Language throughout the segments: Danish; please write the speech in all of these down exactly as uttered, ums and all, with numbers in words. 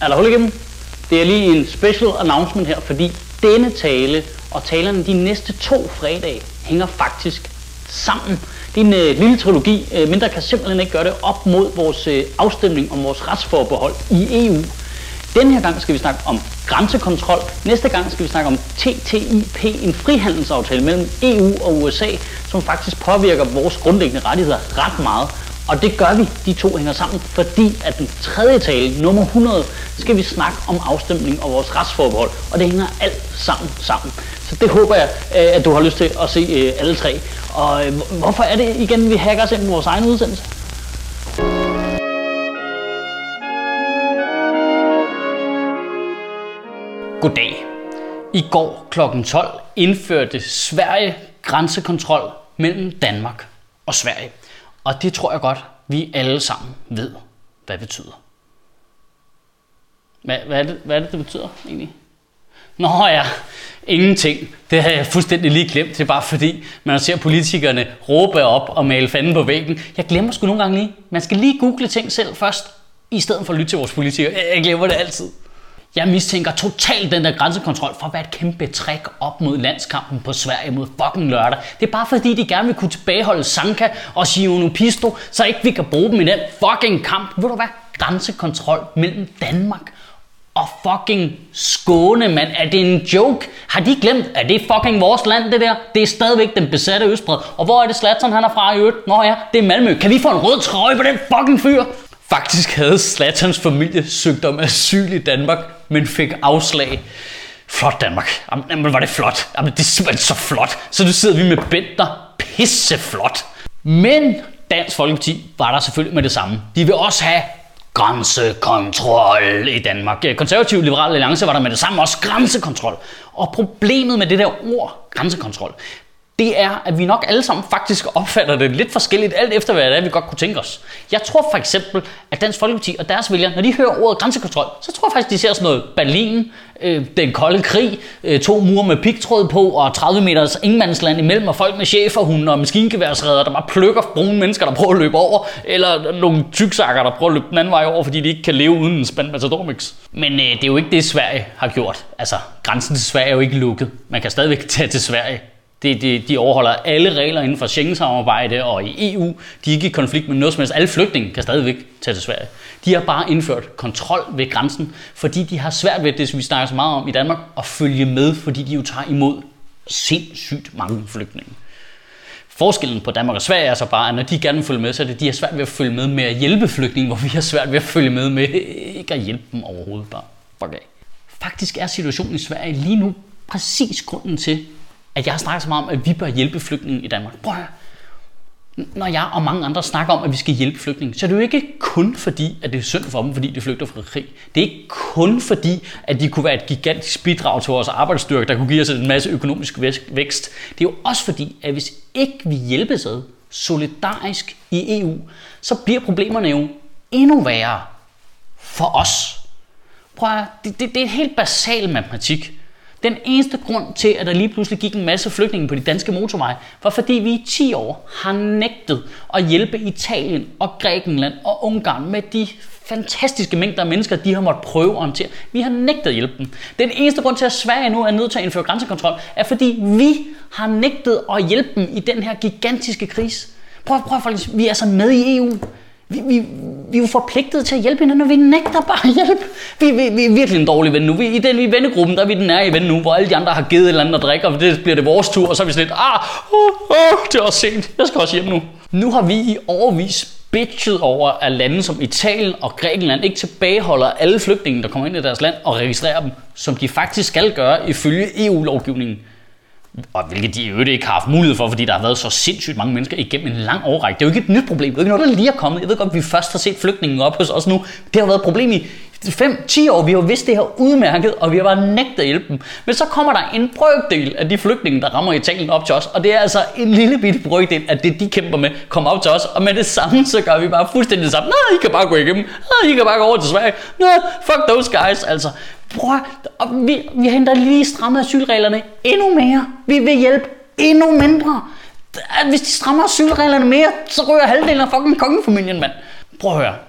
Er der hul igennem? Det er lige en special announcement her, fordi denne tale og talerne de næste to fredage hænger faktisk sammen. Det er en øh, lille trilogi, øh, men der kan simpelthen ikke gøre det op mod vores øh, afstemning om vores retsforbehold i E U. Den her gang skal vi snakke om grænsekontrol. Næste gang skal vi snakke om T T I P, en frihandelsaftale mellem E U og U S A, som faktisk påvirker vores grundlæggende rettigheder ret meget. Og det gør vi, de to hænger sammen, fordi at den tredje tale, nummer hundrede, skal vi snakke om afstemning og vores retsforbehold. Og det hænger alt sammen sammen. Så det håber jeg, at du har lyst til at se alle tre. Og hvorfor er det igen, vi hacker os ind på vores egen udsendelse? Goddag. I går klokken tolv indførte Sverige grænsekontrol mellem Danmark og Sverige. Og det tror jeg godt, vi alle sammen ved, hvad det betyder. Hvad, hvad, er, det, hvad er det, det betyder egentlig? Nå ja, ingenting. Det har jeg fuldstændig lige glemt. Det er bare fordi, man ser politikerne råbe op og male fanden på væggen. Jeg glemmer sgu nogle gange lige. Man skal lige google ting selv først, i stedet for at lytte til vores politikere. Jeg glemmer det altid. Jeg mistænker totalt den der grænsekontrol for at være et kæmpe trick op mod landskampen på Sverige mod fucking lørdag. Det er bare fordi, de gerne vil kunne tilbageholde Sanka og Siono Pisto, så ikke vi kan bruge dem i den fucking kamp. Ved du hvad? Grænsekontrol mellem Danmark og fucking Skåne, mand. Er det en joke? Har de glemt, at det er fucking vores land, det der? Det er stadigvæk den besatte Østbred. Og hvor er det Zlatan, han er fra i øvrigt? Nå ja, det er Malmø. Kan vi få en rød trøje på den fucking fyr? Faktisk havde Zlatans familie søgt om asyl i Danmark, men fik afslag. Flot Danmark. Jamen var det flot. Jamen det er simpelthen så flot. Så nu sidder vi med Bentner. Pisseflot. Men Dansk Folkeparti var der selvfølgelig med det samme. De vil også have grænsekontrol i Danmark. Konservativ Liberale Alliance var der med det samme, også grænsekontrol. Og problemet med det der ord, grænsekontrol, det er, at vi nok alle sammen faktisk opfatter det lidt forskelligt, alt efter hvad det er, vi godt kunne tænke os. Jeg tror for eksempel, at Dansk Folkeparti og deres vælgere, når de hører ordet grænsekontrol, så tror jeg faktisk, de ser sådan noget Berlin, øh, den kolde krig, øh, to mure med pigtråd på og tredive meters ingenmandsland imellem, og folk med cheferhunde og maskingeværsredder, der bare plukker brune mennesker, der prøver at løbe over, eller nogle tyksakker, der prøver at løbe den anden vej over, fordi de ikke kan leve uden en spand matadormix. Men øh, det er jo ikke det, Sverige har gjort. Altså, grænsen til Sverige er jo ikke lukket. Man kan stadigvæk tage til Sverige. De, de, de overholder alle regler inden for Schengen-samarbejde og i E U. De er ikke i konflikt med noget som helst. Alle flygtninge kan stadigvæk tage til Sverige. De har bare indført kontrol ved grænsen, fordi de har svært ved det, som vi snakker så meget om i Danmark, at følge med, fordi de jo tager imod sindssygt mange flygtninge. Forskellen på Danmark og Sverige er så bare, at når de gerne vil følge med, så er det, de har svært ved at følge med med at hjælpe flygtninge, hvor vi har svært ved at følge med med ikke at hjælpe dem overhovedet. Bare fuck af. Faktisk er situationen i Sverige lige nu præcis grunden til, at jeg har snakket så meget om, at vi bør hjælpe flygtninge i Danmark. Prøv at høre. Når jeg og mange andre snakker om, at vi skal hjælpe flygtninge, så er det jo ikke kun fordi, at det er synd for dem, fordi de flygter fra krig. Det er ikke kun fordi, at de kunne være et gigantisk bidrag til vores arbejdsstyrke, der kunne give os en masse økonomisk vækst. Det er jo også fordi, at hvis ikke vi hjælpes ad solidarisk i E U, så bliver problemerne jo endnu værre for os. Prøv at høre. Det, det, det er et helt basal matematik. Den eneste grund til, at der lige pludselig gik en masse flygtninge på de danske motorveje, var fordi vi i ti år har nægtet at hjælpe Italien og Grækenland og Ungarn med de fantastiske mængder af mennesker, de har måttet prøve at håndtere. Vi har nægtet at hjælpe dem. Den eneste grund til, at Sverige nu er nødt til at indføre grænsekontrol, er fordi vi har nægtet at hjælpe dem i den her gigantiske krise. Prøv, prøv faktisk, vi er så med i E U. Vi, vi, vi er jo forpligtet til at hjælpe hinanden, og vi nægter bare at hjælpe. Vi, vi, vi er virkelig en dårlig ven nu. Vi, I den i vennegruppen, der er vi den nære ven nu, hvor alle de andre har givet et eller andet at drikke, og det bliver det vores tur, og så er vi sådan lidt, ah, oh, oh, det er også sent, jeg skal også hjem nu. Nu har vi i årevis bitchet over, at lande som Italien og Grækenland ikke tilbageholder alle flygtninge, der kommer ind i deres land, og registrerer dem, som de faktisk skal gøre ifølge E U-lovgivningen. Og hvilket de i øvrigt ikke har haft mulighed for, fordi der har været så sindssygt mange mennesker igennem en lang årrække. Det er jo ikke et nyt problem. Det er ikke noget, der lige er kommet. Jeg ved godt, at vi først har set flygtningen op hos os nu. Det har været et problem i fem til ti år. Vi har vidst det her udmærket, og vi har bare nægtet at hjælpe dem. Men så kommer der en brøkdel af de flygtninge, der rammer Italien op til os. Og det er altså en lille bitte brøkdel af det, de kæmper med, kommer op til os. Og med det samme, så gør vi bare fuldstændig det samme. Nej, I kan bare gå igennem. Nej, I kan bare gå over til Sverige. Nej, fuck those guys, altså. Bror, vi, vi henter lige strammet asylreglerne endnu mere. Vi vil hjælpe endnu mindre. Hvis de strammer asylreglerne mere, så rører halvdelen af fucking kongefamilien, mand. Prøv at høre.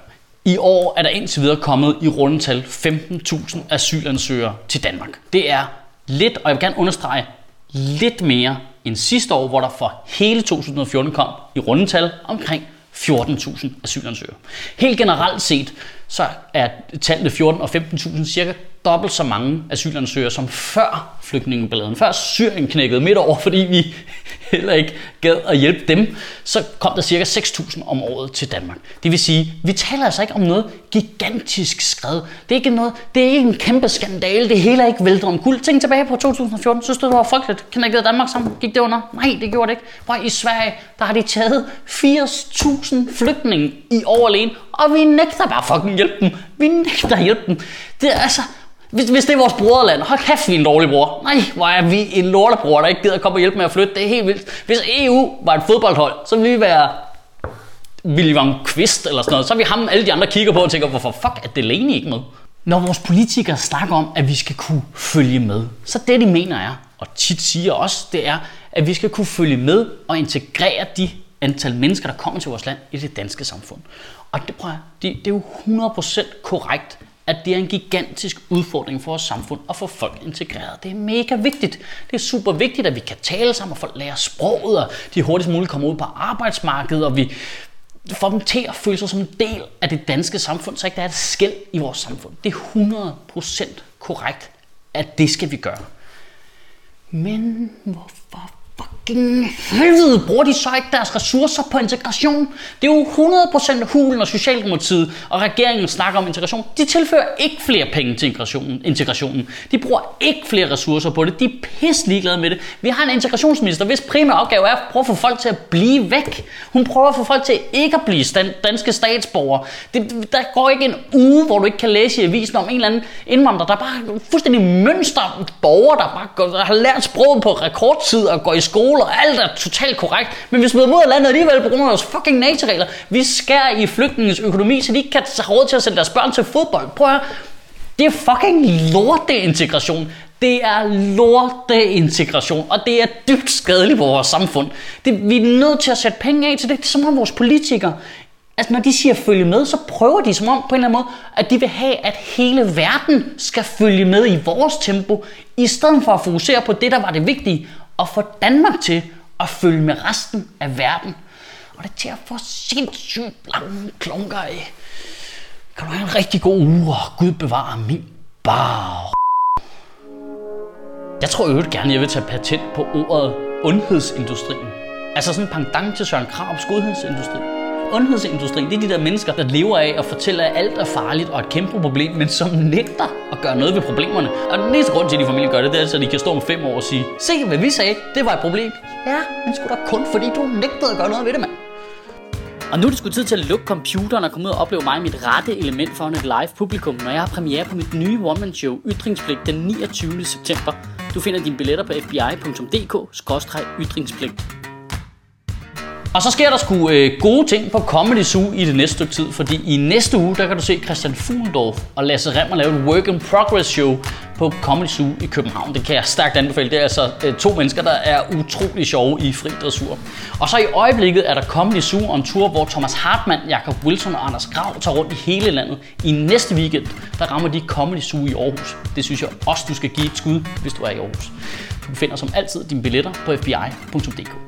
I år er der indtil videre kommet i rundetal femten tusind asylansøgere til Danmark. Det er lidt, og jeg vil gerne understrege, lidt mere end sidste år, hvor der for hele to tusind og fjorten kom i rundetal omkring fjorten tusind asylansøgere. Helt generelt set, så er tallene fjorten og femten tusind cirka dobbelt så mange asylansøgere som før flygtningeballaden. Før Syrien knækkede midt over, fordi vi heller ikke gad at hjælpe dem, så kom der cirka seks tusind om året til Danmark. Det vil sige, vi taler altså ikke om noget gigantisk skred. Det er ikke noget, det er ikke en kæmpe skandale, det hele er ikke væltet om kul. Tænk tilbage på to tusind og fjorten, så stod det var frygteligt. Knækkede Danmark sammen? Gik det under? Nej, det gjorde det ikke. Hvor i Sverige, der har de taget firs tusind flygtninge i år alene, og vi nægter bare fucking hjælpe dem. Vi nægter at hjælpe dem. Det er altså... Hvis, hvis det er vores broderland, hold kæft, vi er en dårlig bror. Nej, hvor er vi en lortebror, der ikke gider at komme og hjælpe med at flytte. Det er helt vildt. Hvis E U var et fodboldhold, så ville vi være William Kvist eller sådan noget. Så er vi ham, alle de andre kigger på og tænker, hvorfor fuck er Delaney ikke med? Når vores politikere snakker om, at vi skal kunne følge med, så det de mener er, og tit siger også, det er, at vi skal kunne følge med og integrere de antal mennesker, der kommer til vores land i det danske samfund. Og det, prøv at, det, det er jo hundrede procent korrekt, at det er en gigantisk udfordring for vores samfund at få folk integreret. Det er mega vigtigt. Det er super vigtigt, at vi kan tale sammen, og folk lærer sproget, og de hurtigst muligt kommer ud på arbejdsmarkedet, og vi får dem til at føle sig som en del af det danske samfund, så ikke der er et skel i vores samfund. Det er hundrede procent korrekt, at det skal vi gøre. Men hvorfor fucking helvede bruger de så ikke deres ressourcer på integration? Det er jo hundrede procent hulen, og Socialdemokratiet og regeringen snakker om integration. De tilfører ikke flere penge til integrationen. integrationen. De bruger ikke flere ressourcer på det. De er pisse ligeglade med det. Vi har en integrationsminister, hvis primære opgave er at prøve at få folk til at blive væk. Hun prøver at få folk til ikke at blive danske statsborgere. Det, der går ikke en uge, hvor du ikke kan læse i avisen om en eller anden indvandrer, der bare fuldstændig mønster borger, der bare går, der har lært sproget på rekordtid og går i skole, og alt er totalt korrekt, men vi smider mod af landet alligevel på grund af vores fucking NATO-regler. Vi skærer i flygtningens økonomi, så de ikke kan have råd til at sende deres børn til fodbold. Prøv at høre. Det er fucking lorteintegration. Det er lorteintegration, og det er dybt skadeligt for vores samfund. Det, vi er nødt til at sætte penge af til det. Det er som om vores politikere, altså når de siger følge med, så prøver de som om på en eller anden måde, at de vil have, at hele verden skal følge med i vores tempo, i stedet for at fokusere på det, der var det vigtige, og få Danmark til at følge med resten af verden. Og det er til at få sindssygt lange klunker af. Kan du have en rigtig god uge, og Gud bevare min bar. Jeg tror øvrigt gerne, jeg vil tage patent på ordet ondhedsindustrien. Altså sådan en pendant til Søren Krarups godhedsindustri. Ondhedsindustrien, det er de der mennesker, der lever af at fortælle, at alt er farligt og et kæmpe problem, men som nægter at gøre noget ved problemerne. Og den eneste grund til, at de familier gør det, det er, så de kan stå om fem år og sige, se hvad vi sagde, det var et problem. Ja, men sgu da kun fordi du nægtede at gøre noget ved det, mand. Og nu er det sgu tid til at lukke computeren og komme ud og opleve mig i mit rette element foran et live publikum, når jeg har premiere på mit nye one-man-show Ytringspligt den niogtyvende september. Du finder dine billetter på f b i punktum d k skråstreg ytringspligt. Og så sker der sgu øh, gode ting på Comedy Zoo i det næste stykke tid, fordi i næste uge, der kan du se Christian Fuglendorf og Lasse Rimmer lave et work in progress show på Comedy Zoo i København. Det kan jeg stærkt anbefale. Det er altså øh, to mennesker, der er utrolig sjove i fri dressur. Og så i øjeblikket er der Comedy Zoo on tour, hvor Thomas Hartmann, Jakob Wilson og Anders Grav tager rundt i hele landet. I næste weekend, der rammer de Comedy Zoo i Aarhus. Det synes jeg også, du skal give et skud, hvis du er i Aarhus. Du finder som altid dine billetter på f b i punktum d k.